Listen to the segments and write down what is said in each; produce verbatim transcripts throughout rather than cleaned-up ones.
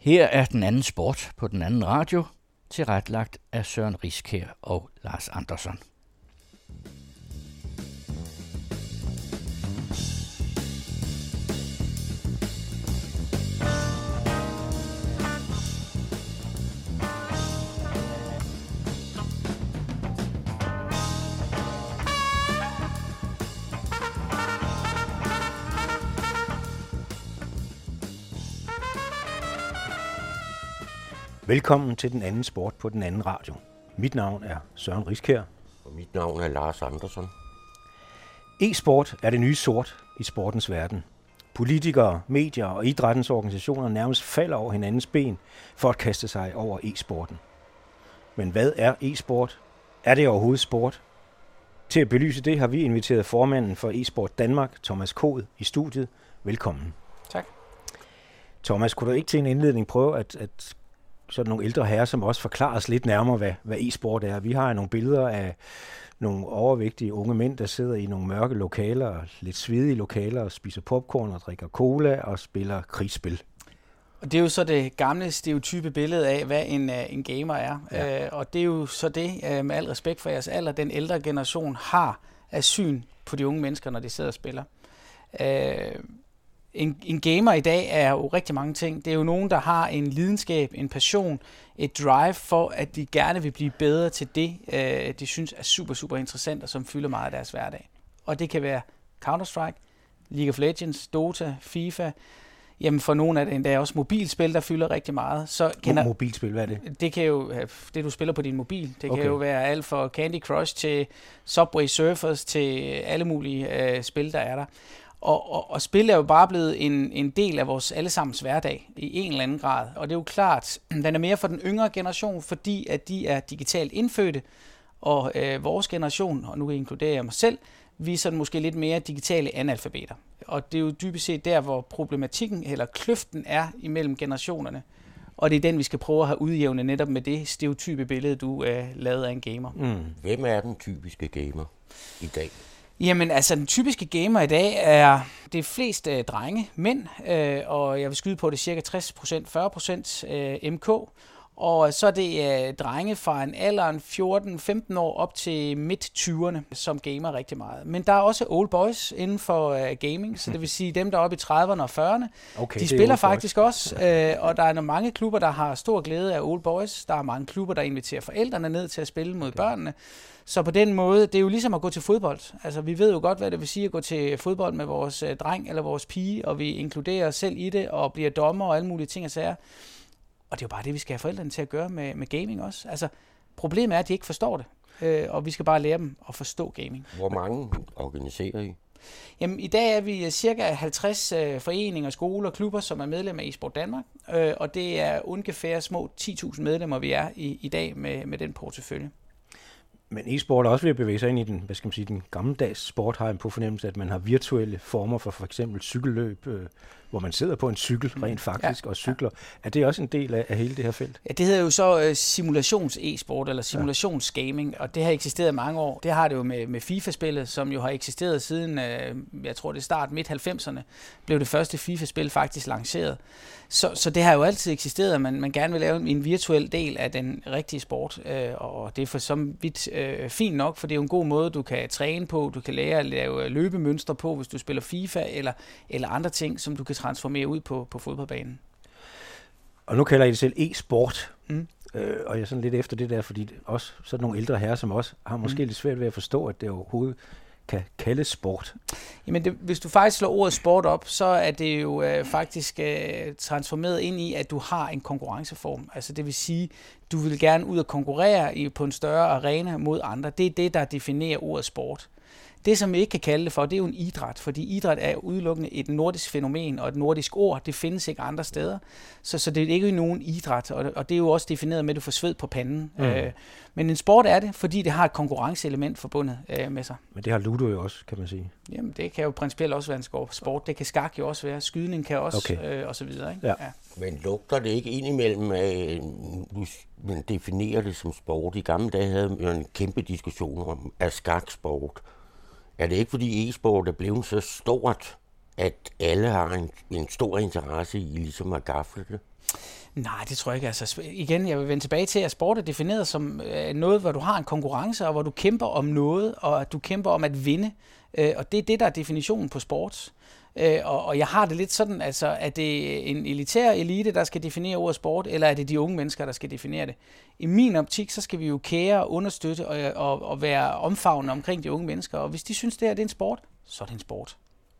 Her er den anden sport på den anden radio, tilrettelagt af Søren Riskær og Lars Andersson. Velkommen til den anden sport på den anden radio. Mit navn er Søren Riskær. Og mit navn er Lars Andersson. E-sport er det nye sort i sportens verden. Politikere, medier og idrættens organisationer nærmest falder over hinandens ben for at kaste sig over e-sporten. Men hvad er e-sport? Er det overhovedet sport? Til at belyse det har vi inviteret formanden for e-sport Danmark, Thomas Kod, i studiet. Velkommen. Tak. Thomas, kunne du ikke til en indledning prøve at, at sådan nogle ældre herrer, som også forklarer os lidt nærmere, hvad, hvad e-sport er? Vi har nogle billeder af nogle overvægtige unge mænd, der sidder i nogle mørke lokaler, lidt svedige lokaler, og spiser popcorn og drikker cola og spiller krigsspil. Og det er jo så det gamle stereotype billede af, hvad en, en gamer er. Ja. Øh, og det er jo så det, med al respekt for jeres alder, den ældre generation har af syn på de unge mennesker, når de sidder og spiller. Øh, En, en gamer i dag er jo rigtig mange ting. Det er jo nogen, der har en lidenskab, en passion, et drive for, at de gerne vil blive bedre til det, øh, de synes er super, super interessant og som fylder meget af deres hverdag. Og det kan være Counter-Strike, League of Legends, Dota, FIFA. Jamen for nogle af det endda også mobilspil, der fylder rigtig meget. Så gener- Mobilspil, hvad er det? Det kan jo det, du spiller på din mobil. Det Okay. kan jo være alt fra Candy Crush til Subway Surfers til alle mulige øh, spil, der er der. Og, og, og spil er jo bare blevet en, en del af vores allesammens hverdag i en eller anden grad. Og det er jo klart, den er mere for den yngre generation, fordi at de er digitalt indfødte, og øh, vores generation, og nu inkluderer jeg mig selv, vi er sådan måske lidt mere digitale analfabeter. Og det er jo dybest set der, hvor problematikken eller kløften er imellem generationerne. Og det er den, vi skal prøve at have udjævnet netop med det stereotype billede, du øh, lavede af en gamer. Mm. Hvem er den typiske gamer i dag? Jamen altså, den typiske gamer i dag er det flest øh, drenge, mænd, øh, og jeg vil skyde på det cirka tres til fyrre procent øh, M K. Og så er det øh, drenge fra en alder fjorten til femten år op til midt tyverne, som gamer rigtig meget. Men der er også old boys inden for øh, gaming, så det vil sige dem, der er oppe i trediverne og fyrrerne. Okay, de spiller faktisk også, øh, og der er mange klubber, der har stor glæde af old boys. Der er mange klubber, der inviterer forældrene ned til at spille mod okay. børnene. Så på den måde, det er jo ligesom at gå til fodbold. Altså, vi ved jo godt, hvad det vil sige at gå til fodbold med vores øh, dreng eller vores pige, og vi inkluderer os selv i det, og bliver dommer og alle mulige ting og sager. Og det er jo bare det, vi skal have forældrene til at gøre med, med gaming også. Altså, problemet er, at de ikke forstår det, øh, og vi skal bare lære dem at forstå gaming. Hvor mange organiserer I? Jamen, i dag er vi cirka halvtreds øh, foreninger, skoler og klubber, som er medlemmer af e-sport Danmark, øh, og det er ungefær små ti tusind medlemmer, vi er i, i dag med, med den portefølje. Men e-sport er også ved at bevæge sig ind i den, hvad skal man sige, den gammeldags sport, har en på fornemmelse, at man har virtuelle former for for eksempel cykelløb, øh, hvor man sidder på en cykel rent faktisk ja, og cykler. Ja. Er det også en del af, af hele det her felt? Ja, det hedder jo så uh, simulations-e-sport eller simulationsgaming, ja. Og det har eksisteret mange år. Det har det jo med, med FIFA-spillet, som jo har eksisteret siden, uh, jeg tror det er start midt halvfemserne, blev det første FIFA-spil faktisk lanceret. Så, så det har jo altid eksisteret, at man, man gerne vil lave en virtuel del af den rigtige sport, øh, og det er for så vidt øh, fint nok, for det er jo en god måde, du kan træne på, du kan lære at lave løbemønstre på, hvis du spiller FIFA, eller, eller andre ting, som du kan transformere ud på, på fodboldbanen. Og nu kalder I det selv e-sport, mm. øh, og jeg er sådan lidt efter det der, fordi også sådan nogle ældre herrer som os, har måske mm. lidt svært ved at forstå, at det overhovedet kan kaldes sport. Jamen, det, hvis du faktisk slår ordet sport op, så er det jo øh, faktisk øh, transformeret ind i, at du har en konkurrenceform. Altså det vil sige, du vil gerne ud og konkurrere i, på en større arena mod andre. Det er det, der definerer ordet sport. Det, som vi ikke kan kalde det for, det er jo en idræt, fordi idræt er udelukkende et nordisk fænomen og et nordisk ord. Det findes ikke andre steder, så, så det er ikke nogen idræt, og, og det er jo også defineret med, at du får sved på panden. Mm. Øh, men en sport er det, fordi det har et konkurrenceelement forbundet øh, med sig. Men det har Ludo jo også, kan man sige. Jamen, det kan jo principielt også være en sport. Det kan skak jo også være, skydning kan også, okay. øh, og så videre. Ikke? Ja. Ja. Men lugter det ikke indimellem af, man definerer det som sport? I gamle dage havde man en kæmpe diskussion om, er skaksport? Er det ikke, fordi e-sport er blevet så stort, at alle har en, en stor interesse i ligesom at gafle det? Nej, det tror jeg ikke. Altså, igen, jeg vil vende tilbage til, at sport er defineret som øh, noget, hvor du har en konkurrence, og hvor du kæmper om noget, og du kæmper om at vinde. Øh, og det er det, der er definitionen på sport. Øh, og, og jeg har det lidt sådan, altså, er det en elitær elite, der skal definere ordet sport, eller er det de unge mennesker, der skal definere det? I min optik, så skal vi jo kære, understøtte og, og, og være omfavnende omkring de unge mennesker. Og hvis de synes, det her det er en sport, så er det en sport.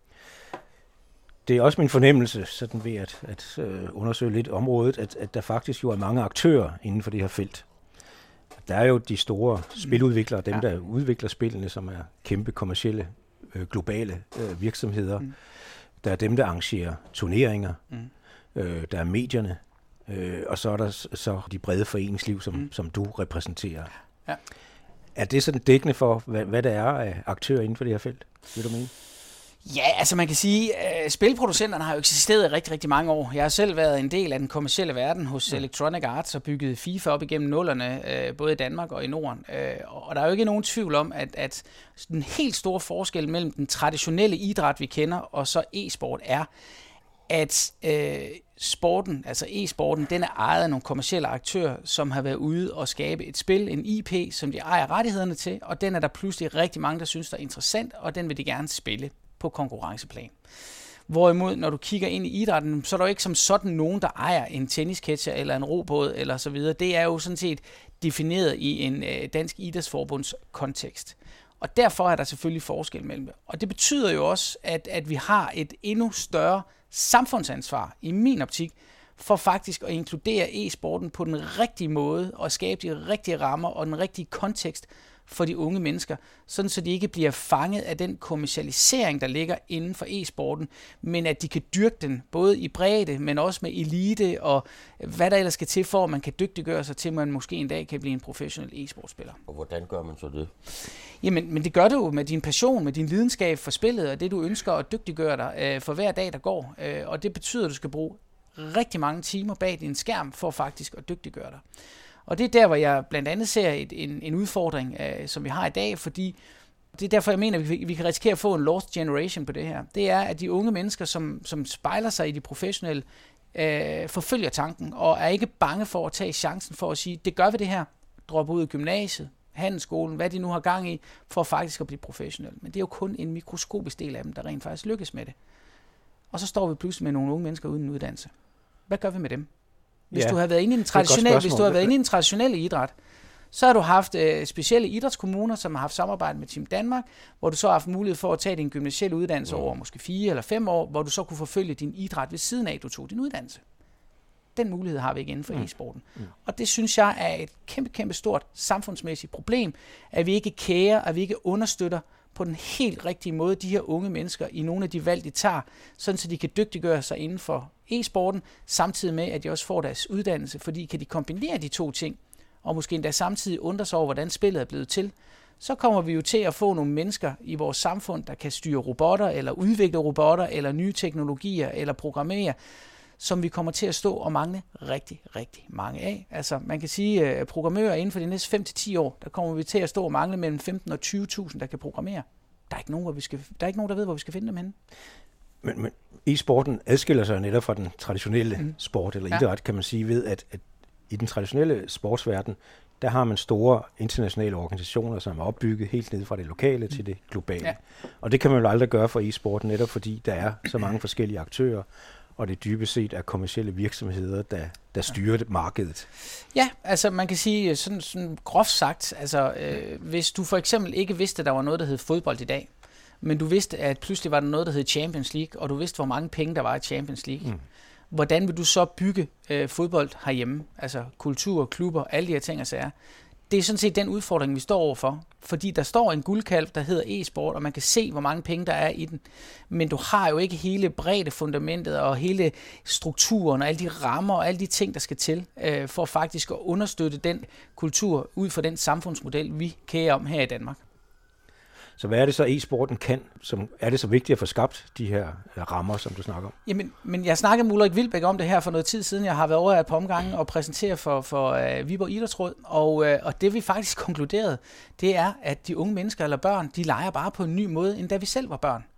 Det er også min fornemmelse, sådan ved at, at øh, undersøge lidt området, at, at der faktisk jo er mange aktører inden for det her felt. Der er jo de store spiludviklere, dem ja. der udvikler spillene, som er kæmpe kommercielle, øh, globale øh, virksomheder. Mm. Der er dem, der arrangerer turneringer. Mm. Øh, der er medierne. Øh, og så er der så de brede foreningsliv, som, mm. som du repræsenterer. Ja. Er det sådan dækkende for, hvad, hvad der er af aktører inden for det her felt, vil du mene? Ja, altså man kan sige, at spilproducenterne har jo eksisteret i rigtig, rigtig mange år. Jeg har selv været en del af den kommercielle verden hos ja. Electronic Arts og bygget FIFA op igennem nullerne, både i Danmark og i Norden. Og der er jo ikke nogen tvivl om, at, at den helt store forskel mellem den traditionelle idræt, vi kender, og så e-sport er, at øh, sporten, altså e-sporten, den er ejet af nogle kommercielle aktører, som har været ude og skabe et spil, en I P, som de ejer rettighederne til, og den er der pludselig rigtig mange, der synes, der er interessant, og den vil de gerne spille på konkurrenceplan. Hvorimod, når du kigger ind i idrætten, så er der jo ikke som sådan nogen, der ejer en tennisketcher eller en robåd eller så videre. Det er jo sådan set defineret i en øh, dansk idrætsforbunds kontekst. Og derfor er der selvfølgelig forskel mellem det. Og det betyder jo også, at, at vi har et endnu større samfundsansvar, i min optik, for faktisk at inkludere e-sporten på den rigtige måde og skabe de rigtige rammer og den rigtige kontekst for de unge mennesker, sådan så de ikke bliver fanget af den kommercialisering, der ligger inden for e-sporten, men at de kan dyrke den både i bredde, men også med elite og hvad der ellers skal til for, at man kan dygtiggøre sig til, at man måske en dag kan blive en professionel e-sportspiller. Og hvordan gør man så det? Jamen, men det gør du jo med din passion, med din lidenskab for spillet, og det du ønsker at dygtiggøre dig øh, for hver dag, der går. Øh, og det betyder, at du skal bruge rigtig mange timer bag din skærm for faktisk at dygtiggøre dig. Og det er der, hvor jeg blandt andet ser et, en, en udfordring, øh, som vi har i dag, fordi det er derfor, jeg mener, at vi, vi kan risikere at få en lost generation på det her. Det er, at de unge mennesker, som, som spejler sig i de professionelle, øh, forfølger tanken, og er ikke bange for at tage chancen for at sige, det gør vi det her, droppe ud af gymnasiet, handelsskolen, hvad de nu har gang i, for faktisk at blive professionel. Men det er jo kun en mikroskopisk del af dem, der rent faktisk lykkes med det. Og så står vi pludselig med nogle unge mennesker uden uddannelse. Hvad gør vi med dem? Hvis ja, du har været inde i en traditionel, hvis du har været inde i en traditionel idræt, så har du haft øh, specielle idrætskommuner, som har haft samarbejde med Team Danmark, hvor du så har haft mulighed for at tage din gymnasielle uddannelse mm. over måske fire eller fem år, hvor du så kunne forfølge din idræt ved siden af, at du tog din uddannelse. Den mulighed har vi ikke inden for mm. e-sporten. Mm. Og det synes jeg er et kæmpe, kæmpe stort samfundsmæssigt problem, at vi ikke kærer, at vi ikke understøtter på den helt rigtige måde de her unge mennesker i nogle af de valg, de tager, sådan så de kan dygtiggøre sig inden for e-sporten, samtidig med, at de også får deres uddannelse, fordi kan de kombinere de to ting, og måske endda samtidig undre sig over, hvordan spillet er blevet til, så kommer vi jo til at få nogle mennesker i vores samfund, der kan styre robotter, eller udvikle robotter, eller nye teknologier, eller programmere, som vi kommer til at stå og mangle rigtig, rigtig mange af. Altså man kan sige, at programmører inden for de næste fem til ti år, der kommer vi til at stå og mangle mellem femten og tyve tusind, der kan programmere. Der er ikke nogen, hvor vi skal, der er ikke nogen, der ved, hvor vi skal finde dem henne. Men, men e-sporten adskiller sig netop fra den traditionelle mm. sport eller idræt, ja. kan man sige, ved at, at i den traditionelle sportsverden, der har man store internationale organisationer, som er opbygget helt ned fra det lokale mm. til det globale. Ja. Og det kan man jo aldrig gøre for e-sporten, netop fordi der er så mange forskellige aktører, og det dybest set er kommercielle virksomheder, der, der styrer det markedet. Ja, altså man kan sige, sådan, sådan groft sagt, altså øh, hvis du for eksempel ikke vidste, at der var noget, der hed fodbold i dag, men du vidste, at pludselig var der noget, der hed Champions League, og du vidste, hvor mange penge der var i Champions League. Mm. Hvordan vil du så bygge øh, fodbold herhjemme? Altså kultur, klubber, alle de her ting og sager. Det er sådan set den udfordring, vi står overfor. Fordi der står en guldkalv, der hedder e-sport, og man kan se, hvor mange penge der er i den. Men du har jo ikke hele bredde fundamentet og hele strukturen og alle de rammer og alle de ting, der skal til, øh, for faktisk at understøtte den kultur ud fra den samfundsmodel, vi kærer om her i Danmark. Så hvad er det så, e-sporten kan? Som, er det så vigtigt at få skabt de her rammer, som du snakker om? Jamen, men jeg snakkede med Ulrik Wilbæk om det her for noget tid siden. Jeg har været over et par omgange og præsenteret for, for uh, Viborg Idrætsråd, og, uh, og det vi faktisk konkluderede, det er, at de unge mennesker eller børn, de leger bare på en ny måde, end da vi selv var børn.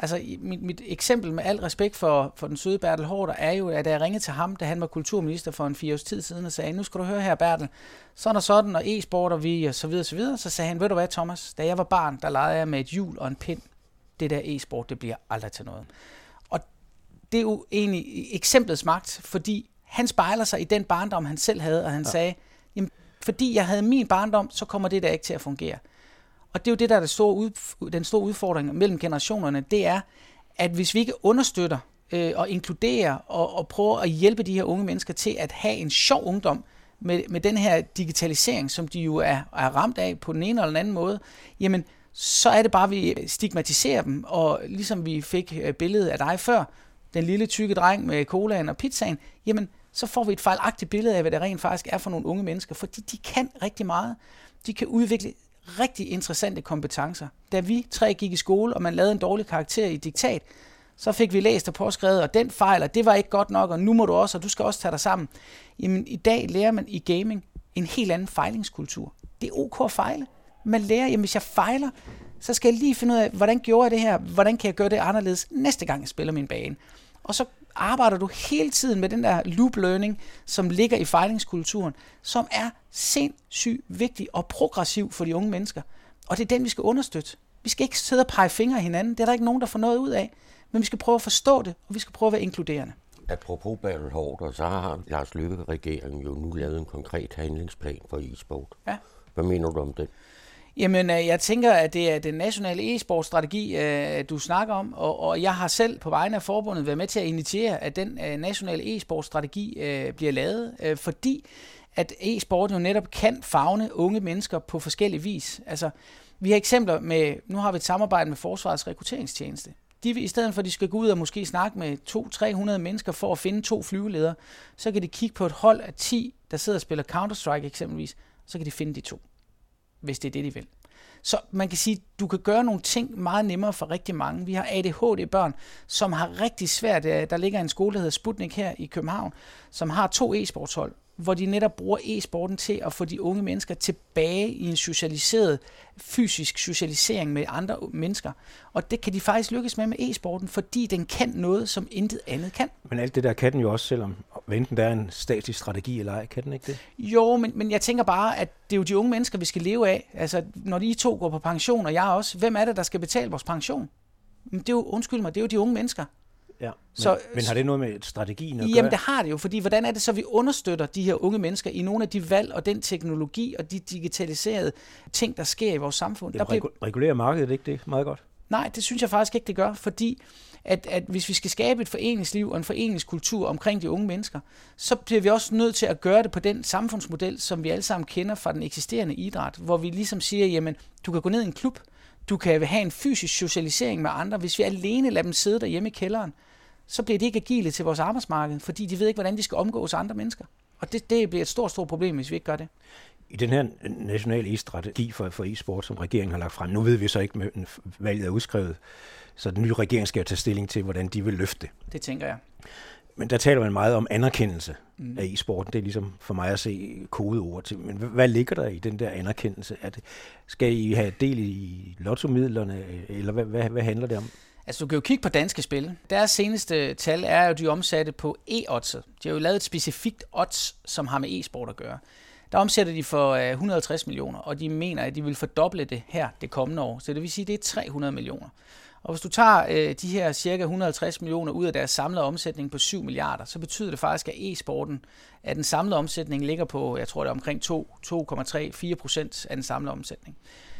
Altså, mit, mit eksempel med al respekt for, for den søde Bertel Haarder er jo, at da jeg ringede til ham, da han var kulturminister for en fire års tid siden, og sagde, nu skal du høre her, Bertel, sådan og sådan, og e-sport og vi, og så videre, så videre. Så sagde han, ved du hvad, Thomas, da jeg var barn, der legede jeg med et hjul og en pind. Det der e-sport, det bliver aldrig til noget. Og det er jo egentlig eksemplets magt, fordi han spejler sig i den barndom, han selv havde, og han ja. sagde, jamen, fordi jeg havde min barndom, så kommer det der ikke til at fungere. Og det er jo det, der er det store ud, den store udfordring mellem generationerne, det er, at hvis vi ikke understøtter øh, og inkluderer og, og prøver at hjælpe de her unge mennesker til at have en sjov ungdom med, med den her digitalisering, som de jo er, er ramt af på den ene eller den anden måde, jamen, så er det bare, at vi stigmatiserer dem, og ligesom vi fik billedet af dig før, den lille tykke dreng med colaen og pizzaen, jamen, så får vi et fejlagtigt billede af, hvad det rent faktisk er for nogle unge mennesker, fordi de kan rigtig meget. De kan udvikle rigtig interessante kompetencer. Da vi tre gik i skole, og man lavede en dårlig karakter i diktat, så fik vi læst og påskrevet, og den fejl, og det var ikke godt nok, og nu må du også, og du skal også tage dig sammen. Jamen, i dag lærer man i gaming en helt anden fejlingskultur. Det er ok at fejle. Man lærer, jamen hvis jeg fejler, så skal jeg lige finde ud af, hvordan gjorde jeg det her, hvordan kan jeg gøre det anderledes næste gang, jeg spiller min bane. Og så arbejder du hele tiden med den der loop learning, som ligger i fejlingskulturen, som er sindssygt vigtig og progressiv for de unge mennesker. Og det er den, vi skal understøtte. Vi skal ikke sidde og pege fingre af hinanden. Det er der ikke nogen, der får noget ud af. Men vi skal prøve at forstå det, og vi skal prøve at være inkluderende. Apropos Bertel Haarder, så har Lars Løkke-regeringen jo nu lavet en konkret handlingsplan for e-sport. Ja. Hvad mener du om det? Jamen, jeg tænker, at det er den nationale e-sportstrategi, du snakker om, og jeg har selv på vegne af forbundet været med til at initiere, at den nationale e-sportstrategi bliver lavet, fordi at e-sport jo netop kan favne unge mennesker på forskellige vis. Altså, vi har eksempler med, nu har vi et samarbejde med Forsvarets Rekrutteringstjeneste. De, i stedet for at de skal gå ud og måske snakke med to til tre hundrede mennesker for at finde to flyveledere, så kan de kigge på et hold af ti, der sidder og spiller Counter-Strike eksempelvis, så kan de finde de to, hvis det er det, de vil. Så man kan sige, at du kan gøre nogle ting meget nemmere for rigtig mange. Vi har A D H D-børn, som har rigtig svært. Der ligger en skole, der hedder Sputnik her i København, som har to e-sportshold, hvor de netop bruger e-sporten til at få de unge mennesker tilbage i en socialiseret, fysisk socialisering med andre mennesker. Og det kan de faktisk lykkes med med e-sporten, fordi den kan noget, som intet andet kan. Men alt det der kan den jo også, selvom enten der er en statisk strategi eller ej, kan den ikke det? Jo, men, men jeg tænker bare, at det er jo de unge mennesker, vi skal leve af. Altså, når de to går på pension, og jeg også, hvem er det, der skal betale vores pension? Men det er jo, undskyld mig, det er jo de unge mennesker. Ja, men, så, men har det noget med strategien at gøre? Jamen det har det jo, fordi hvordan er det så, vi understøtter de her unge mennesker i nogle af de valg og den teknologi og de digitaliserede ting, der sker i vores samfund? Jamen, der bliver... Regulerer markedet ikke det meget godt? Nej, det synes jeg faktisk ikke, det gør, fordi at, at hvis vi skal skabe et foreningsliv og en foreningskultur omkring de unge mennesker, så bliver vi også nødt til at gøre det på den samfundsmodel, som vi alle sammen kender fra den eksisterende idræt, hvor vi ligesom siger, jamen, du kan gå ned i en klub, du kan have en fysisk socialisering med andre. Hvis vi alene lader dem sidde derhjemme i kælderen, så bliver de ikke agile til vores arbejdsmarked, fordi de ved ikke, hvordan de skal omgås andre mennesker. Og det, det bliver et stort, stort problem, hvis vi ikke gør det. I den her nationale e-strategi for, for e-sport, som regeringen har lagt frem, nu ved vi så ikke, med valget er udskrevet, så den nye regering skal tage stilling til, hvordan de vil løfte det. Det tænker jeg. Men der taler man meget om anerkendelse mm. af e-sporten. Det er ligesom for mig at se kodeord til. Men hvad ligger der i den der anerkendelse? Er det, skal I have del i lottomidlerne, eller hvad, hvad, hvad handler det om? Altså, du kan jo kigge på Danske Spil. Deres seneste tal er jo, de omsatte på e-oddset. De har jo lavet et specifikt odds, som har med e-sport at gøre. Der omsætter de for et hundrede og halvtreds millioner, og de mener, at de vil fordoble det her det kommende år. Så det vil sige, at det er tre hundrede millioner. Og hvis du tager øh, de her cirka et hundrede og halvtreds millioner ud af deres samlede omsætning på syv milliarder, så betyder det faktisk, at e-sporten, at den samlede omsætning ligger på, jeg tror det er omkring to komma tre til fire procent af den samlede omsætning.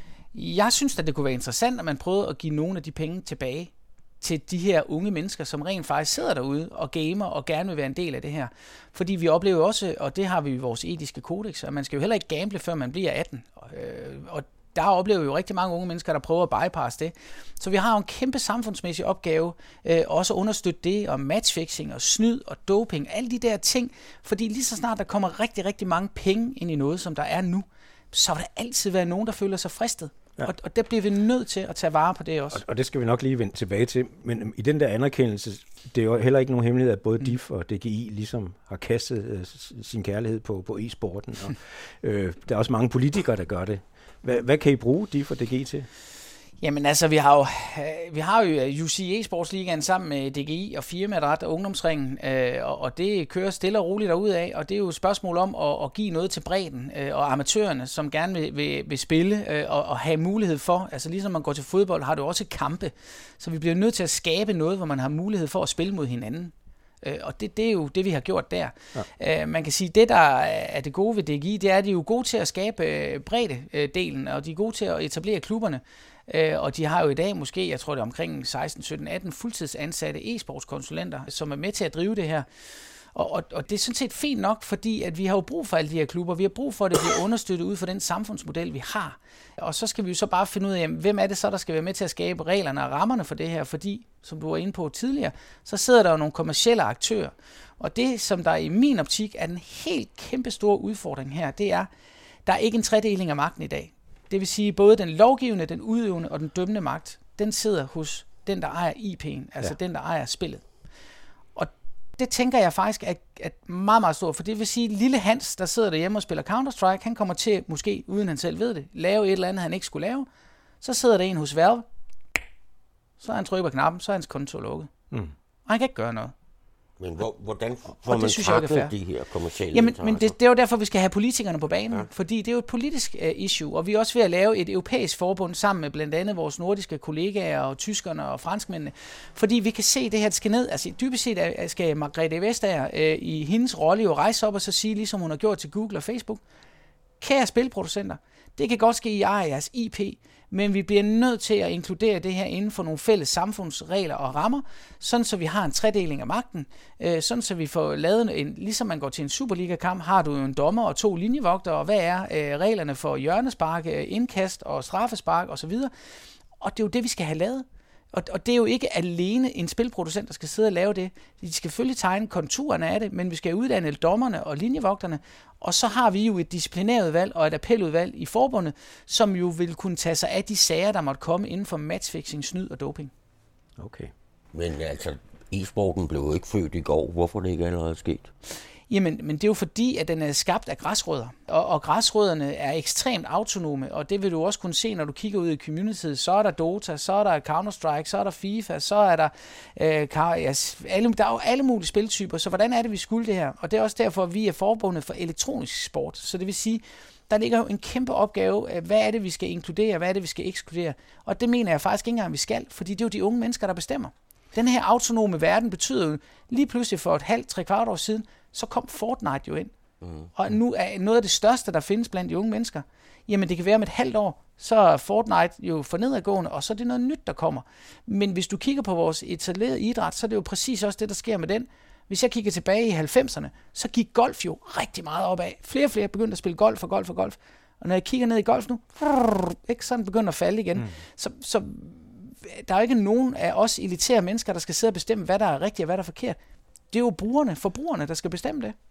Jeg synes, at det kunne være interessant, at man prøvede at give nogle af de penge tilbage til de her unge mennesker, som rent faktisk sidder derude og gamer og gerne vil være en del af det her. Fordi vi oplever også, og det har vi i vores etiske kodex, at man skal jo heller ikke gamble, før man bliver atten. Og der oplever vi jo rigtig mange unge mennesker, der prøver at bypasse det. Så vi har jo en kæmpe samfundsmæssig opgave, øh, også at understøtte det, og matchfixing, og snyd, og doping, alle de der ting. Fordi lige så snart der kommer rigtig, rigtig mange penge ind i noget, som der er nu, så vil der altid være nogen, der føler sig fristet. Ja. Og, og der bliver vi nødt til at tage vare på det også. Og, og det skal vi nok lige vende tilbage til. Men i den der anerkendelse, det er jo heller ikke nogen hemmelighed, at både mm. D I F og D G I ligesom har kastet øh, sin kærlighed på, på e-sporten. Og, øh, der er også mange politikere, der gør det. Hvad, hvad kan I bruge D I F og D G I til? Jamen altså, vi har jo, vi har jo U C E-sportsligaen sammen med D G I og Firmaidræt og Ungdomsringen, øh, og det kører stille og roligt derudad, og det er jo et spørgsmål om at, at give noget til bredden øh, og amatørerne, som gerne vil, vil, vil spille øh, og, og have mulighed for, altså ligesom man går til fodbold, har du også kampe, så vi bliver nødt til at skabe noget, hvor man har mulighed for at spille mod hinanden. Øh, og det, det er jo det, vi har gjort der. Ja. Øh, man kan sige, at det, der er det gode ved D G I, det er, at de er jo gode til at skabe bredde-delen, og de er gode til at etablere klubberne. Uh, og de har jo i dag måske, jeg tror det er omkring seksten, sytten, atten fuldtidsansatte e-sportskonsulenter, som er med til at drive det her. Og, og, og det er sådan set fint nok, fordi at vi har jo brug for alle de her klubber. Vi har brug for, at det bliver understøttet ud fra den samfundsmodel, vi har. Og så skal vi jo så bare finde ud af, hvem er det så, der skal være med til at skabe reglerne og rammerne for det her. Fordi, som du var inde på tidligere, så sidder der jo nogle kommercielle aktører. Og det, som der i min optik er den helt kæmpe store udfordring her, det er, der er ikke en tredeling af magten i dag. Det vil sige, både den lovgivende, den udøvende og den dømmende magt, den sidder hos den, der ejer I P'en, altså ja. Den, der ejer spillet. Og det tænker jeg faktisk er, er meget, meget stort, for det vil sige, at lille Hans, der sidder derhjemme og spiller Counter-Strike, han kommer til, måske uden han selv ved det, lave et eller andet, han ikke skulle lave. Så sidder der en hos Valve, så han trykker på knappen, så er hans konto lukket. Mm. Og han kan ikke gøre noget. Men hvor, hvordan får man taklet de her kommercielle Jamen, men det, det er jo derfor, vi skal have politikerne på banen, ja. Fordi det er jo et politisk uh, issue, og vi er også ved at lave et europæisk forbund sammen med blandt andet vores nordiske kollegaer og tyskerne og franskmændene, fordi vi kan se, at det her skal ned. Altså dybest set skal Margrethe Vestager uh, i hendes rolle jo rejse op og så sige, ligesom hun har gjort til Google og Facebook, kære spilproducenter, det kan godt ske, I ejer jeres I P, men vi bliver nødt til at inkludere det her inden for nogle fælles samfundsregler og rammer, sådan så vi har en tredeling af magten, øh, sådan så vi får lavet en, ligesom man går til en Superliga-kamp, har du jo en dommer og to linjevogtere, og hvad er øh, reglerne for hjørnespark, øh, indkast og straffespark osv., og det er jo det, vi skal have lavet. Og, og det er jo ikke alene en spilproducent, der skal sidde og lave det. De skal selvfølgelig tegne konturerne af det, men vi skal uddanne dommerne og linjevogterne. Og så har vi jo et disciplinærudvalg og et appeludvalg i forbundet, som jo vil kunne tage sig af de sager, der måtte komme inden for matchfixing, snyd og doping. Okay. Men altså, e-sporten blev jo ikke født i går. Hvorfor er det ikke allerede sket? Jamen, men det er jo fordi, at den er skabt af græsrødder, og, og græsrødderne er ekstremt autonome, og det vil du også kunne se, når du kigger ud i communityet. Så er der Dota, så er der Counter-Strike, så er der FIFA, så er der, øh, ja, alle, der er jo alle mulige spiltyper, så hvordan er det, vi skulle det her? Og det er også derfor, at vi er forbundet for elektronisk sport, så det vil sige, der ligger jo en kæmpe opgave, hvad er det, vi skal inkludere, hvad er det, vi skal ekskludere, og det mener jeg faktisk ikke engang, vi skal, fordi det er jo de unge mennesker, der bestemmer. Den her autonome verden betyder jo lige pludselig for et halvt, tre kvart år siden, så kom Fortnite jo ind. Mm. Og nu er noget af det største, der findes blandt de unge mennesker, jamen det kan være om et halvt år, så er Fortnite jo for nedadgående, og så er det noget nyt, der kommer. Men hvis du kigger på vores etablerede idræt, så er det jo præcis også det, der sker med den. Hvis jeg kigger tilbage i halvfemserne, så gik golf jo rigtig meget opad. Flere og flere begyndte at spille golf og golf og golf. Og når jeg kigger ned i golf nu, ikke, så er den begyndt at falde igen. Mm. Så, så der er jo ikke nogen af os elitære mennesker, der skal sidde og bestemme, hvad der er rigtigt og hvad der er forkert. Det er jo brugerne, forbrugerne, der skal bestemme det.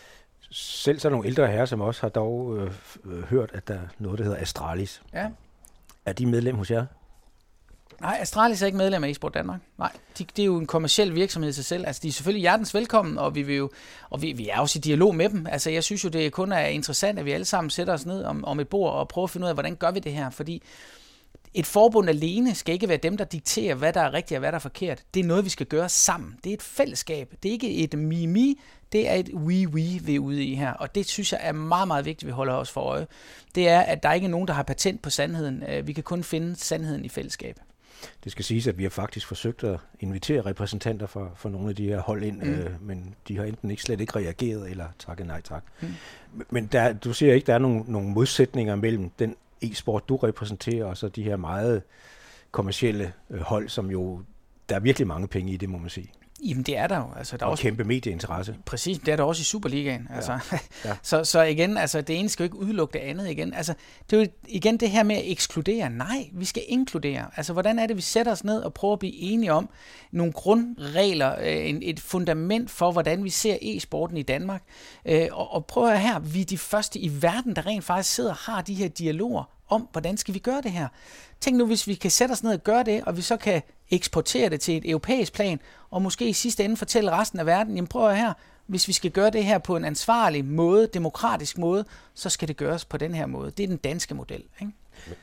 Selv så nogle ældre herrer, som også har dog øh, øh, hørt, at der er noget, der hedder Astralis. Ja. Er de medlem hos jer? Nej, Astralis er ikke medlem af eSport Danmark. Nej, de, det er jo en kommerciel virksomhed i sig selv. Altså, de er selvfølgelig hjertens velkommen, og vi vil jo, og vi, vi er også i dialog med dem. Altså, jeg synes jo, det kun er interessant, at vi alle sammen sætter os ned om, om et bord og prøver at finde ud af, hvordan gør vi det her, fordi et forbund alene skal ikke være dem, der dikterer, hvad der er rigtigt og hvad der er forkert. Det er noget, vi skal gøre sammen. Det er et fællesskab. Det er ikke et mi-mi, det er et we-we, vi er ude i her. Og det synes jeg er meget, meget vigtigt, vi holder os for øje. Det er, at der ikke er nogen, der har patent på sandheden. Vi kan kun finde sandheden i fællesskab. Det skal siges, at vi har faktisk forsøgt at invitere repræsentanter for, for nogle af de her hold ind, mm. øh, men de har enten ikke slet ikke reageret, eller takket nej tak. Mm. Men der, du siger ikke, der er nogle, nogle modsætninger mellem den e-sport, du repræsenterer, og så de her meget kommercielle øh, hold, som jo, der er virkelig mange penge i det, må man sige. Jamen det er der jo. Altså, der og er også kæmpe medieinteresse. Præcis, det er der også i Superligaen. Altså. Ja. Ja. så, så igen, altså, det ene skal jo ikke udelukke det andet igen. Altså, det er jo igen det her med at ekskludere. Nej, vi skal inkludere. Altså, hvordan er det, vi sætter os ned og prøver at blive enige om nogle grundregler, øh, et fundament for, hvordan vi ser e-sporten i Danmark. Øh, og, og prøv at høre her, vi er de første i verden, der rent faktisk sidder og har de her dialoger om, hvordan skal vi gøre det her. Tænk nu, hvis vi kan sætte os ned og gøre det, og vi så kan eksportere det til et europæisk plan, og måske i sidste ende fortælle resten af verden, jamen prøv her, hvis vi skal gøre det her på en ansvarlig måde, demokratisk måde, så skal det gøres på den her måde. Det er den danske model, ikke? Men,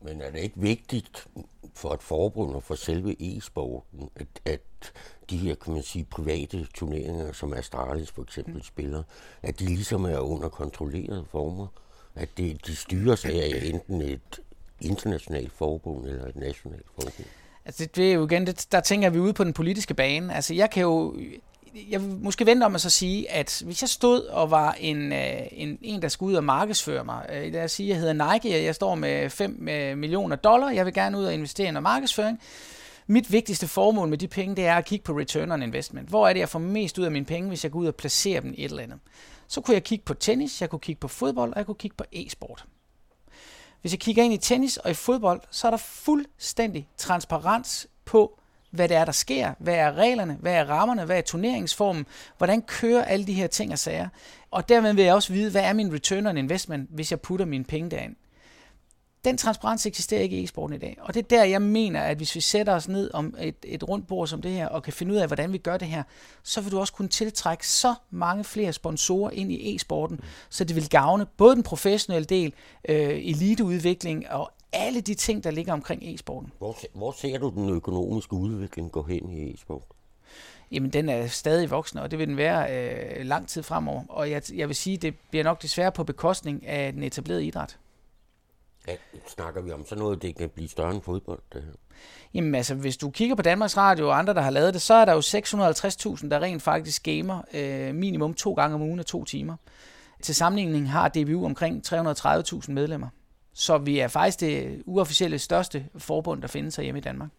Men er det ikke vigtigt for et forbund og for selve e-sporten, at, at de her, kan man sige, private turneringer, som Astralis for eksempel spiller, at de ligesom er under kontrollerede former? At de, de styres af enten et internationalt forbund eller et nationalt forbund? Altså det, det er jo igen, det, der tænker vi ude på den politiske bane. Altså jeg kan jo, jeg vil måske vente om at så sige, at hvis jeg stod og var en, en, en der skulle ud og markedsføre mig, lad os sige, jeg hedder Nike, og jeg står med fem millioner dollar, jeg vil gerne ud og investere i noget markedsføring. Mit vigtigste formål med de penge, det er at kigge på return on investment. Hvor er det, jeg får mest ud af mine penge, hvis jeg går ud og placerer dem i et eller andet? Så kunne jeg kigge på tennis, jeg kunne kigge på fodbold, og jeg kunne kigge på e-sport. Hvis jeg kigger ind i tennis og i fodbold, så er der fuldstændig transparens på, hvad det er, der sker, hvad er reglerne, hvad er rammerne, hvad er turneringsformen, hvordan kører alle de her ting og sager. Og dermed vil jeg også vide, hvad er min return on investment, hvis jeg putter mine penge derind. Den transparens eksisterer ikke i e-sporten i dag, og det er der, jeg mener, at hvis vi sætter os ned om et, et rundt bord som det her, og kan finde ud af, hvordan vi gør det her, så vil du også kunne tiltrække så mange flere sponsorer ind i e-sporten, så det vil gavne både den professionelle del, øh, eliteudvikling og alle de ting, der ligger omkring e-sporten. Hvor, hvor ser du den økonomiske udvikling gå hen i e-sport? Jamen, den er stadig voksende, og det vil den være øh, lang tid fremover. Og jeg, jeg vil sige, det bliver nok desværre på bekostning af den etablerede idræt. Ja, snakker vi om sådan noget, det kan blive større end fodbold, det her? Jamen altså, hvis du kigger på Danmarks Radio og andre, der har lavet det, så er der jo seks hundrede og halvtreds tusind, der rent faktisk gamer øh, minimum to gange om ugen og to timer. Til sammenligning har D B U omkring tre hundrede og tredive tusind medlemmer. Så vi er faktisk det uofficielle største forbund, der findes herhjemme i Danmark.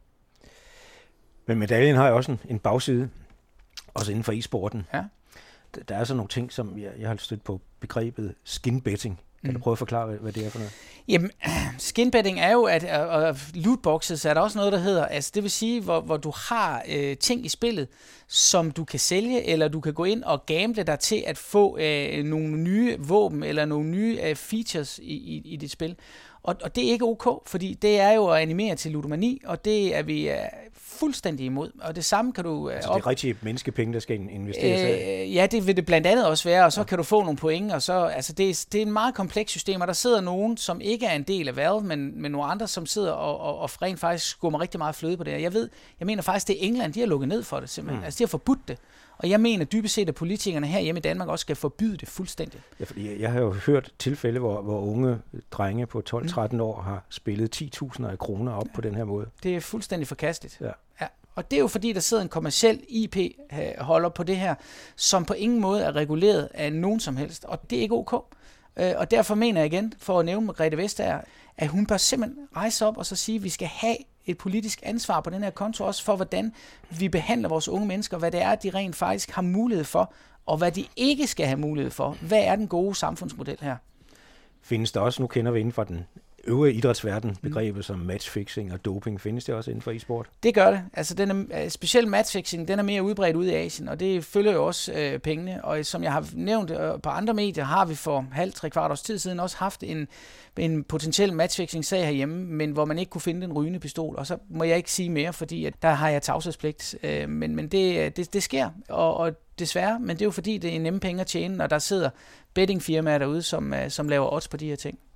Men medaljen har jo også en, en bagside, også inden for e-sporten. Ja. Der er sådan nogle ting, som jeg, jeg har stødt på begrebet skinbetting. Kan du prøve at forklare, hvad det er for noget? Jamen, skinbetting er jo, at og lootboxes er der også noget, der hedder, altså det vil sige, hvor, hvor du har øh, ting i spillet, som du kan sælge, eller du kan gå ind og gamble dig til at få øh, nogle nye våben, eller nogle nye øh, features i, i, i dit spil. Og, og det er ikke ok, fordi det er jo at animere til ludomani, og det er vi øh, fuldstændig imod. Og det samme kan du... Øh, altså det er rigtig menneskepenge, der skal investeres af? Øh, ja, det vil det blandt andet også være, og så ja. kan du få nogle point, og så... Altså det er, det er en meget kompleks system, og der sidder nogen, som ikke er en del af Valve, men, men nogle andre, som sidder og, og, og rent faktisk skummer rigtig meget fløde på det. Jeg ved, jeg mener faktisk, det er England, de har lukket ned for det simpelthen. Mm. Altså de har forbudt det. Og jeg mener dybest set, at politikerne her hjemme i Danmark også skal forbyde det fuldstændig. Ja, fordi jeg har jo hørt tilfælde, hvor, hvor unge drenge på tolv tretten år har spillet ti tusinder af kroner op ja. på den her måde. Det er fuldstændig forkasteligt. Ja. Ja. Og det er jo fordi, der sidder en kommerciel I P-holder på det her, som på ingen måde er reguleret af nogen som helst. Og det er ikke ok. Og derfor mener jeg igen, for at nævne Margrethe Vestager, at hun bør simpelthen rejse op og så sige, at vi skal have et politisk ansvar på den her konto, også for hvordan vi behandler vores unge mennesker, hvad det er, de rent faktisk har mulighed for, og hvad de ikke skal have mulighed for. Hvad er den gode samfundsmodel her? Findes der også, nu kender vi inden for den øvrige idrætsverden, begrebet som matchfixing og doping, findes det også inden for e-sport? Det gør det. Altså den er, specielt matchfixing, den er mere udbredt ude i Asien, og det følger jo også øh, pengene. Og som jeg har nævnt øh, på andre medier, har vi for halv, tre kvart års tid siden også haft en, en potentiel matchfixing-sag herhjemme, men hvor man ikke kunne finde en rygende pistol. Og så må jeg ikke sige mere, fordi at der har jeg tavshedspligt. Øh, men men det, det, det sker, og, og desværre, men det er jo fordi, det er nemme penge at tjene, og der sidder bettingfirmaer derude, som, som laver odds på de her ting.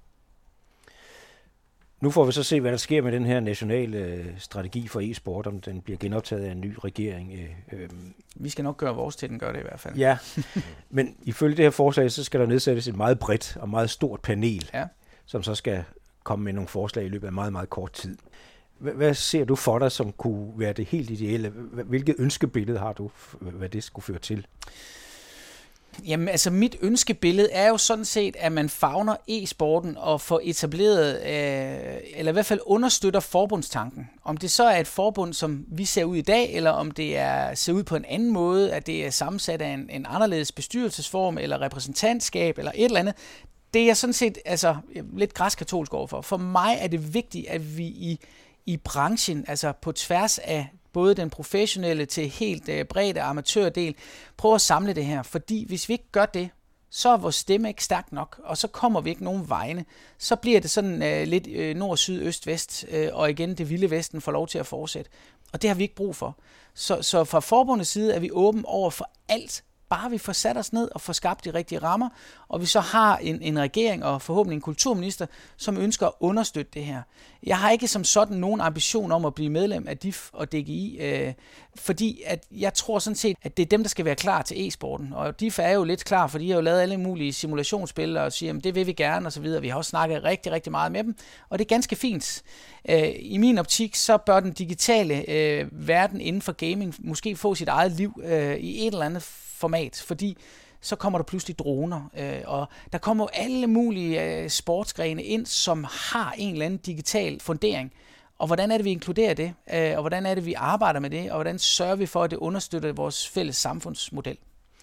Nu får vi så se, hvad der sker med den her nationale strategi for e-sport, om den bliver genoptaget af en ny regering. Vi skal nok gøre vores til, den gør det i hvert fald. Ja, men ifølge det her forslag, så skal der nedsættes et meget bredt og meget stort panel, ja. som så skal komme med nogle forslag i løbet af meget, meget kort tid. Hvad ser du for dig, som kunne være det helt ideelle? Hvilket ønskebillede har du, hvad det skulle føre til? Jamen altså mit ønskebillede er jo sådan set, at man favner e-sporten og får etableret, øh, eller i hvert fald understøtter forbundstanken. Om det så er et forbund, som vi ser ud i dag, eller om det er ser ud på en anden måde, at det er sammensat af en, en anderledes bestyrelsesform, eller repræsentantskab, eller et eller andet. Det er jeg sådan set altså, lidt græskatolsk overfor. For mig er det vigtigt, at vi i, i branchen, altså på tværs af både den professionelle til helt øh, brede amatørdel, prøver at samle det her. Fordi hvis vi ikke gør det, så er vores stemme ikke stærk nok, og så kommer vi ikke nogen vegne. Så bliver det sådan øh, lidt øh, nord, syd, øst, vest, øh, og igen det vilde vesten får lov til at fortsætte. Og det har vi ikke brug for. Så, så fra forbundets side er vi åben over for alt, bare vi får sat os ned og får skabt de rigtige rammer, og vi så har en, en regering og forhåbentlig en kulturminister, som ønsker at understøtte det her. Jeg har ikke som sådan nogen ambition om at blive medlem af D I F og D G I, øh, fordi at jeg tror sådan set, at det er dem, der skal være klar til e-sporten. Og D I F er jo lidt klar, for de har jo lavet alle mulige simulationsspil og siger, at det vil vi gerne og så videre. Vi har også snakket rigtig, rigtig meget med dem, og det er ganske fint. Øh, I min optik, så bør den digitale øh, verden inden for gaming måske få sit eget liv øh, i et eller andet format, fordi så kommer der pludselig droner, øh, og der kommer alle mulige øh, sportsgrene ind, som har en eller anden digital fundering. Og hvordan er det, vi inkluderer det, øh, og hvordan er det, vi arbejder med det, og hvordan sørger vi for, at det understøtter vores fælles samfundsmodel?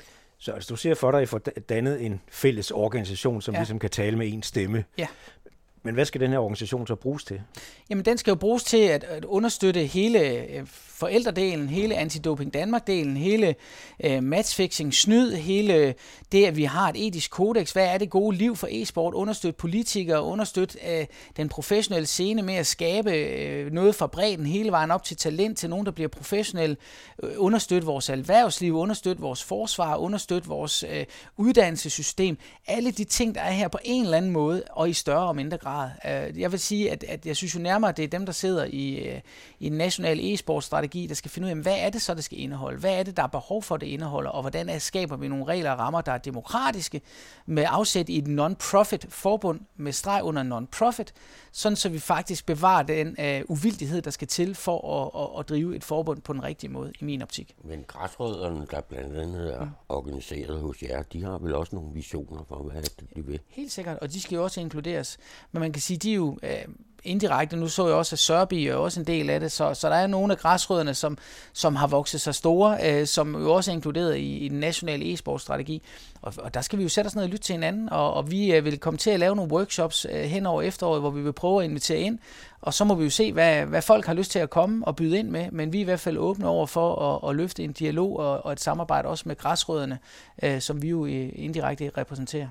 Så altså, du ser for dig, at I får dannet en fælles organisation, som ja. ligesom kan tale med en stemme. Ja. Men hvad skal den her organisation så bruges til? Jamen, den skal jo bruges til at, at understøtte hele øh, forældredelen, hele Antidoping Danmark-delen, hele øh, matchfixing, snyd, hele det, at vi har et etisk kodex. Hvad er det gode liv for e-sport? Understøtte politikere, understøtte øh, den professionelle scene med at skabe øh, noget fra bredden hele vejen op til talent, til nogen, der bliver professionelle. Øh, understøtte vores erhvervsliv, understøtte vores forsvar, understøtte vores øh, uddannelsessystem. Alle de ting, der er her på en eller anden måde, og i større og mindre grad. Jeg vil sige, at, at jeg synes jo nærmere, at det er dem, der sidder i, i en national e-sportstrategi, der skal finde ud af, hvad er det så, det skal indeholde? Hvad er det, der er behov for, det indeholder? Og hvordan er, skaber vi nogle regler og rammer, der er demokratiske, med afsæt i et non-profit forbund, med streg under non-profit, sådan så vi faktisk bevarer den uh, uvildighed, der skal til for at, at, at drive et forbund på den rigtige måde, i min optik. Men græsrødderne, der blandt andet er mm. organiseret hos jer, de har vel også nogle visioner for, hvad det de vil? Helt sikkert, og de skal jo også inkluderes. Men man kan sige, de er jo øh, indirekte, nu så jeg også, at Sørby er også en del af det, så, så der er nogle af græsrødderne, som, som har vokset sig store, øh, som jo også er inkluderet i, i den nationale e-sportstrategi. Og, og der skal vi jo sætte os ned og lytte til hinanden, og, og vi øh, vil komme til at lave nogle workshops øh, hen over efteråret, hvor vi vil prøve at invitere ind, og så må vi jo se, hvad, hvad folk har lyst til at komme og byde ind med, men vi er i hvert fald åbne over for at, at løfte en dialog og, og et samarbejde også med græsrødderne, øh, som vi jo indirekte repræsenterer.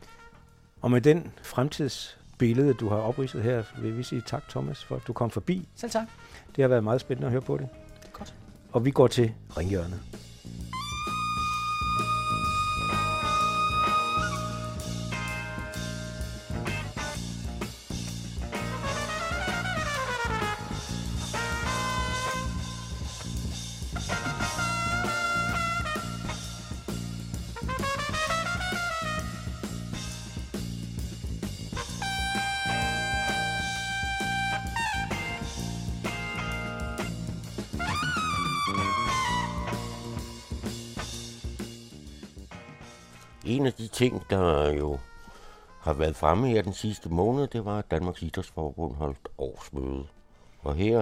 Og med den fremtidsbillede, du har opridset her, vil vi sige tak, Thomas, for at du kom forbi. Selv tak. Det har været meget spændende at høre på det. Godt. Og vi går til Ringhjørnet. En af de ting, der jo har været fremme her den sidste måned, det var, at Danmarks Idrætsforbund holdt årsmøde. Og her,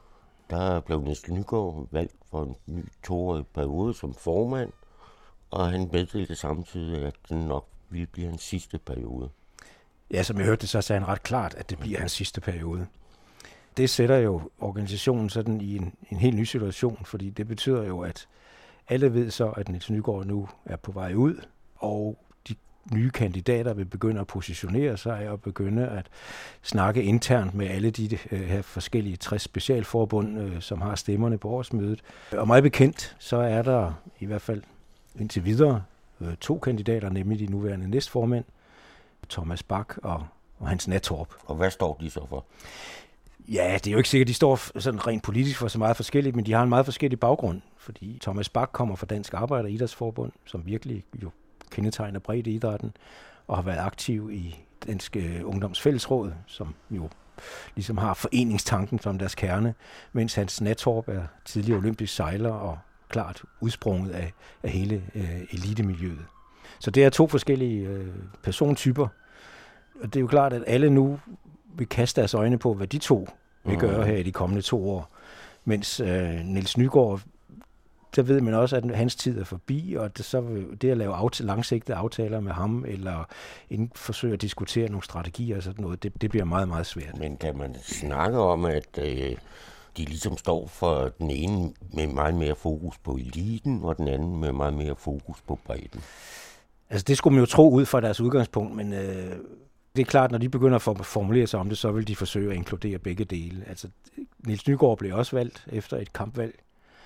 der blev Niels Nygaard valgt for en ny toårig periode som formand, og han meddelte samtidig, at den nok ville blive hans sidste periode. Ja, som jeg hørte det, så sagde han ret klart, at det bliver hans sidste periode. Det sætter jo organisationen sådan i en, en helt ny situation, fordi det betyder jo, at alle ved så, at Niels Nygaard nu er på vej ud, og de nye kandidater vil begynde at positionere sig og begynde at snakke internt med alle de øh, her forskellige tres specialforbund, øh, som har stemmerne på årsmødet. Og meget bekendt, så er der i hvert fald indtil videre øh, to kandidater, nemlig de nuværende næstformænd, Thomas Bach og, og Hans Nattorp. Og hvad står de så for? Ja, det er jo ikke sikkert, at de står sådan rent politisk for så meget forskelligt, men de har en meget forskellig baggrund, fordi Thomas Bach kommer fra Dansk Arbejder- og Idrætsforbund, som virkelig jo kendetegner bredt i idrætten, og har været aktiv i Dansk Ungdomsfællesråd, som jo ligesom har foreningstanken som deres kerne, mens Hans Nattorp er tidligere olympisk sejler og klart udsprunget af, af hele øh, elitemiljøet. Så det er to forskellige øh, persontyper, og det er jo klart, at alle nu vil kaste deres øjne på, hvad de to vil mm. gøre her i de kommende to år. Mens øh, Niels Nygaard, der ved man også, at hans tid er forbi, og det, så det at lave aft- langsigtede aftaler med ham, eller inden forsøge at diskutere nogle strategier og sådan noget, det, det bliver meget, meget svært. Men kan man snakke om, at øh, de ligesom står for den ene med meget mere fokus på eliten, og den anden med meget mere fokus på bredden? Altså det skulle man jo tro ud fra deres udgangspunkt, men øh, det er klart, når de begynder at formulere sig om det, så vil de forsøge at inkludere begge dele. Altså Niels Nygaard blev også valgt efter et kampvalg,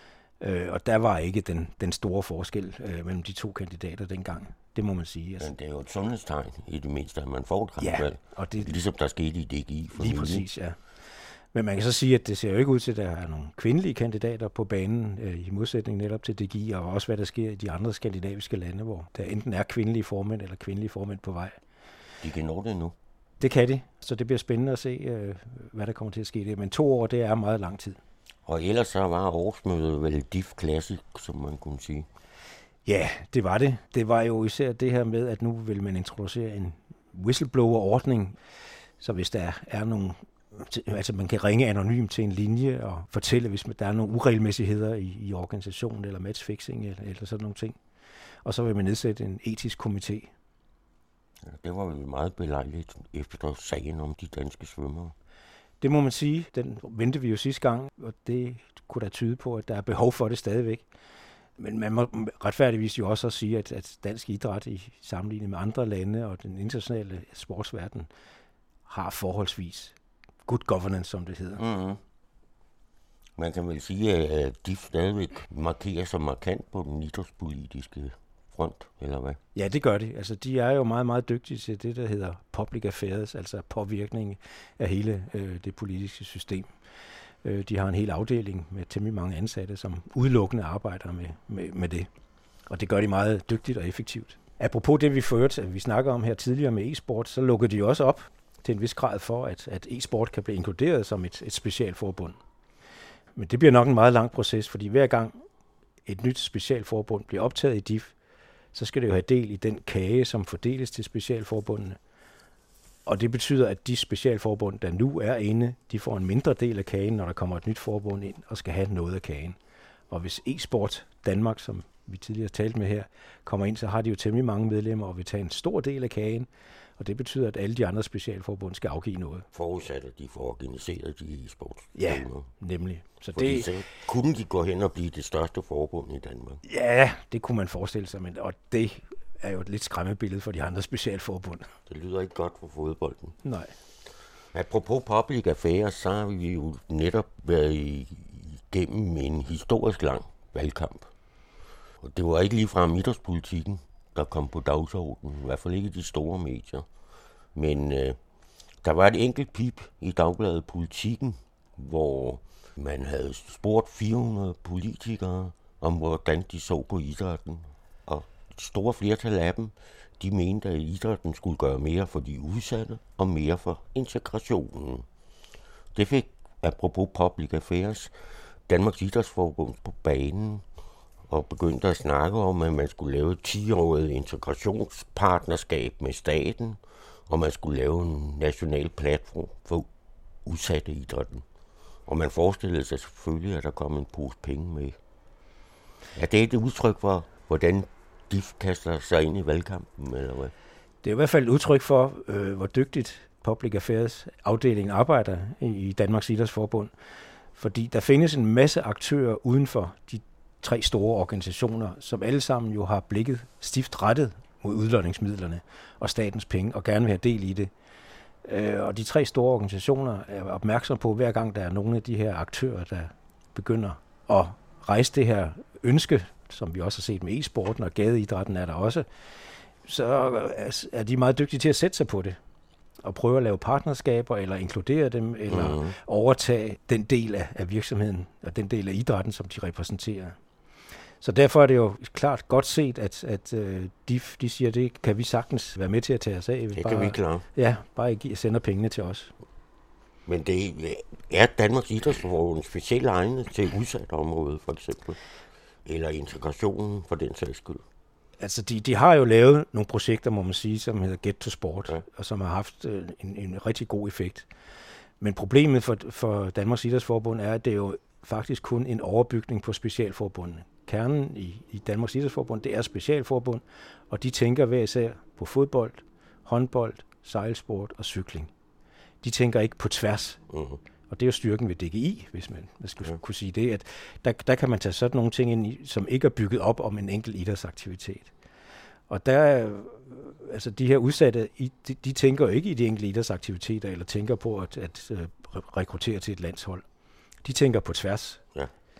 Øh, og der var ikke den, den store forskel øh, mellem de to kandidater dengang. Det må man sige. Altså. Men det er jo et sundhedstegn i det mindste, at man får et kampvalg. Ja, og det, ligesom der skete i D G I-familien. Lige præcis, ja. Men man kan så sige, at det ser jo ikke ud til, at der er nogle kvindelige kandidater på banen, øh, i modsætning netop til D G I, og også hvad der sker i de andre skandinaviske lande, hvor der enten er kvindelige formænd eller kvindelige formænd på vej. De kan nå det nu. Det kan de, så det bliver spændende at se, øh, hvad der kommer til at ske der. Men to år, det er meget lang tid. Og ellers så var årsmødet vel D I F Classic, som man kunne sige. Ja, det var det. Det var jo især det her med, at nu vil man introducere en whistleblower-ordning, så hvis der er nogle, altså man kan ringe anonymt til en linje og fortælle, hvis der er nogle uregelmæssigheder i, i organisationen eller matchfixing eller, eller sådan nogle ting. Og så vil man nedsætte en etisk komité. Ja, det var vel meget belejligt efter sagen om de danske svømmere. Det må man sige. Den vendte vi jo sidste gang, og det kunne da tyde på, at der er behov for det stadigvæk. Men man må retfærdigvis jo også sige, at, at dansk idræt i sammenligning med andre lande og den internationale sportsverden har forholdsvis good governance, som det hedder. Mm-hmm. Man kan vel sige, at D I F stadigvæk markerer sig markant på den idrætspolitiske front, eller hvad? Ja, det gør de. Altså, de er jo meget, meget dygtige til det, der hedder public affairs, altså påvirkning af hele øh, det politiske system. Øh, de har en hel afdeling med temmelig mange ansatte, som udelukkende arbejder med, med, med det. Og det gør de meget dygtigt og effektivt. Apropos det, vi førte, vi snakker om her tidligere med e-sport, så lukker de også op til en vis grad for, at, at e-sport kan blive inkluderet som et, et specialforbund. Men det bliver nok en meget lang proces, fordi hver gang et nyt specialforbund bliver optaget i D I F, så skal det jo have del i den kage, som fordeles til specialforbundene. Og det betyder, at de specialforbund, der nu er inde, de får en mindre del af kagen, når der kommer et nyt forbund ind og skal have noget af kagen. Og hvis e-sport Danmark, som vi tidligere talte med her, kommer ind, så har de jo temmelig mange medlemmer og vil tage en stor del af kagen. Og det betyder, at alle de andre specialforbund skal afgive noget. Forudsat, at de får organiseret de e-sport. Ja, nemlig. Så Fordi det, så kunne de gå hen og blive det største forbund i Danmark. Ja, det kunne man forestille sig, men, og det er jo et lidt skræmmebillede for de andre specialforbund. Det lyder ikke godt for fodbolden. Nej. Apropos public affairs, så har vi jo netop været igennem en historisk lang valgkamp. Og det var ikke ligefrem idrætspolitikken, der kom på dagsordenen, i hvert fald ikke de store medier. Men øh, der var et enkelt pip i Dagbladet Politikken, hvor man havde spurgt fire hundrede politikere om, hvordan de så på idrætten. Og et store flertal af dem, de mente, at idrætten skulle gøre mere for de udsatte og mere for integrationen. Det fik, apropos public affairs, Danmarks Idrætsforbund på banen og begyndte at snakke om, at man skulle lave et ti-årigt integrationspartnerskab med staten, og man skulle lave en national platform for udsatte idrætten. Og man forestillede sig selvfølgelig, at der kom en pose penge med. Er det et udtryk for, hvordan D I F kaster sig ind i valgkampen, eller hvad? Det er i hvert fald et udtryk for, øh, hvor dygtigt Public Affairs afdelingen arbejder i Danmarks Idrætsforbund. Fordi der findes en masse aktører uden for de tre store organisationer, som alle sammen jo har blikket stift rettet mod udlodningsmidlerne og statens penge, og gerne vil have del i det. Øh, og de tre store organisationer er opmærksomme på, hver gang der er nogle af de her aktører, der begynder at rejse det her ønske, som vi også har set med e-sporten og gadeidrætten er der også, så er de meget dygtige til at sætte sig på det og prøve at lave partnerskaber, eller inkludere dem, eller mm. overtage den del af, af virksomheden, og den del af idrætten, som de repræsenterer. Så derfor er det jo klart godt set, at, at uh, de, de siger, at det kan vi sagtens være med til at tage os af. Det bare, kan vi klare. Ja, bare I sender pengene til os. Men det er Danmarks Idrætsforbund specielt egnet til udsatte områder, for eksempel? Eller integrationen, for den sags skyld? Altså, de, de har jo lavet nogle projekter, må man sige, som hedder Get to Sport, ja. Og som har haft øh, en, en rigtig god effekt. Men problemet for, for Danmarks Idrætsforbund er, at det er jo faktisk kun en overbygning på specialforbundene. Kernen i, i Danmarks Idrætsforbund, det er specialforbund, og de tænker hver især på fodbold, håndbold, sejlsport og cykling. De tænker ikke på tværs. Uh-huh. Og det er jo styrken ved D G I, hvis man, man skal ja. kunne sige det, at der, der kan man tage sådan nogle ting ind, i, som ikke er bygget op om en enkelt idrætsaktivitet. Og der, altså de her udsatte, de, de tænker jo ikke i de enkelte idrætsaktiviteter, eller tænker på at, at rekruttere til et landshold. De tænker på tværs. Ja.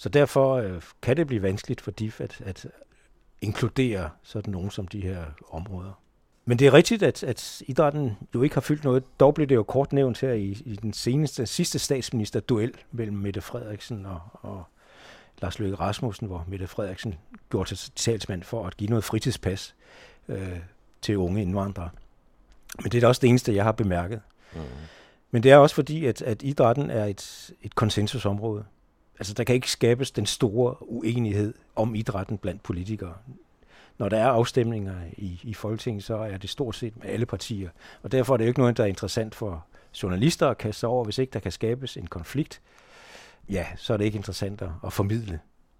Så derfor øh, kan det blive vanskeligt for D I F at, at inkludere sådan nogen som de her områder. Men det er rigtigt, at, at idrætten jo ikke har fyldt noget. Dog blev det jo kort nævnt her i, i den seneste, sidste statsministerduel mellem Mette Frederiksen og, og Lars Løkke Rasmussen, hvor Mette Frederiksen gjorde sig talsmand for at give noget fritidspas øh, til unge indvandrere. Men det er da også det eneste, jeg har bemærket. Mm. Men det er også fordi, at, at idrætten er et, et konsensusområde. Altså, der kan ikke skabes den store uenighed om idrætten blandt politikere. Når der er afstemninger i, i Folketinget, så er det stort set med alle partier. Og derfor er det jo ikke noget, der er interessant for journalister at kaste sig over. Hvis ikke der kan skabes en konflikt, ja, så er det ikke interessant at formidle.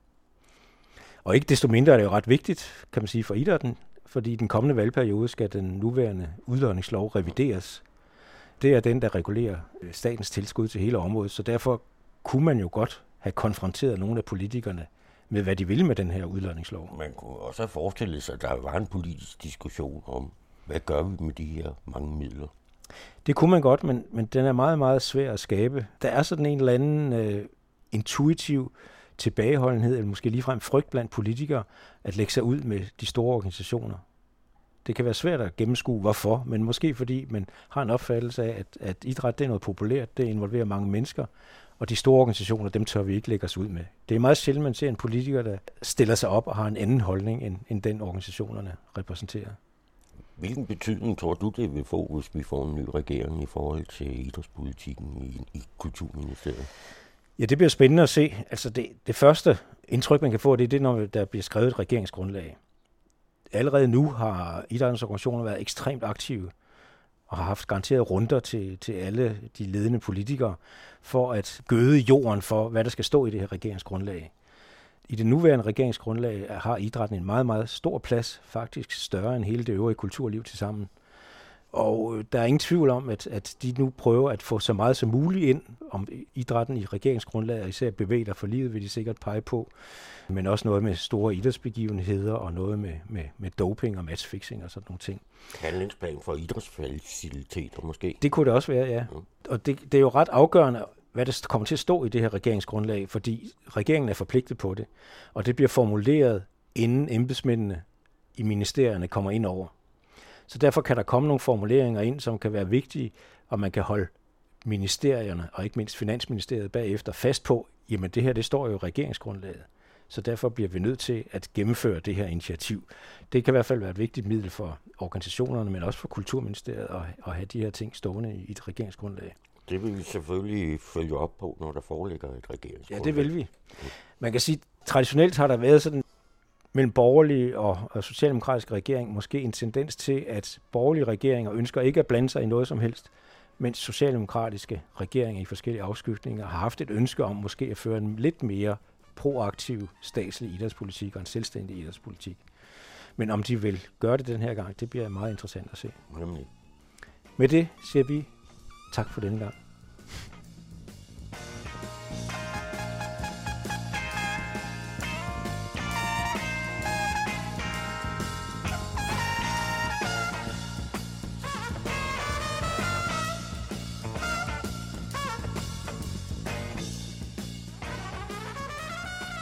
Og ikke desto mindre er det jo ret vigtigt, kan man sige, for idrætten, fordi i den kommende valgperiode skal den nuværende udlodningslov revideres. Det er den, der regulerer statens tilskud til hele området, så derfor kunne man jo godt have konfronteret nogle af politikerne med, hvad de ville med den her udlodningslov. Man kunne også have forestillet sig, at der var en politisk diskussion om, hvad gør vi med de her mange midler? Det kunne man godt, men, men den er meget, meget svær at skabe. Der er sådan en eller anden øh, intuitiv tilbageholdenhed, eller måske ligefrem frygt blandt politikere, at lægge sig ud med de store organisationer. Det kan være svært at gennemskue, hvorfor, men måske fordi man har en opfattelse af, at, at idræt det er noget populært, det involverer mange mennesker, og de store organisationer, dem tør vi ikke lægge os ud med. Det er meget sjældent, man ser en politiker, der stiller sig op og har en anden holdning, end, end den organisationerne repræsenterer. Hvilken betydning tror du, det vil få, hvis vi får en ny regering i forhold til idrætspolitikken i, i Kulturministeriet? Ja, det bliver spændende at se. Altså det, det første indtryk, man kan få, det er det, når der bliver skrevet et regeringsgrundlag. Allerede nu har idrættens organisationer været ekstremt aktive og har haft garanteret runder til, til alle de ledende politikere for at gøde jorden for, hvad der skal stå i det her regeringsgrundlag. I det nuværende regeringsgrundlag har idrætten en meget, meget stor plads, faktisk større end hele det øvrige kulturliv til sammen. Og der er ingen tvivl om, at, at de nu prøver at få så meget som muligt ind om idrætten i regeringsgrundlaget, og især bevæger for livet, vil de sikkert pege på, men også noget med store idrætsbegivenheder og noget med, med, med doping og matchfixing og sådan nogle ting. Handlingsplan for idrætsfaciliteter måske? Det kunne det også være, ja. Mm. Og det, det er jo ret afgørende, hvad der kommer til at stå i det her regeringsgrundlag, fordi regeringen er forpligtet på det, og det bliver formuleret, inden embedsmændene i ministerierne kommer ind over. Så derfor kan der komme nogle formuleringer ind, som kan være vigtige, og man kan holde ministerierne, og ikke mindst Finansministeriet bagefter, fast på, jamen det her, det står jo i regeringsgrundlaget. Så derfor bliver vi nødt til at gennemføre det her initiativ. Det kan i hvert fald være et vigtigt middel for organisationerne, men også for Kulturministeriet at, at have de her ting stående i et regeringsgrundlag. Det vil vi selvfølgelig følge op på, når der foreligger et regeringsgrundlag. Ja, det vil vi. Man kan sige, traditionelt har der været sådan mellem borgerlige og, og socialdemokratiske regering måske en tendens til, at borgerlige regeringer ønsker ikke at blande sig i noget som helst, mens socialdemokratiske regeringer i forskellige afskiftninger har haft et ønske om måske at føre en lidt mere proaktiv statslig idrætspolitik og en selvstændig idrætspolitik. Men om de vil gøre det den her gang, det bliver meget interessant at se. Nemlig. Med det siger vi tak for denne gang.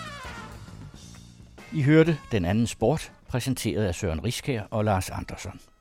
I hørte Den Anden Sport, præsenteret af Søren Riskær og Lars Andersson.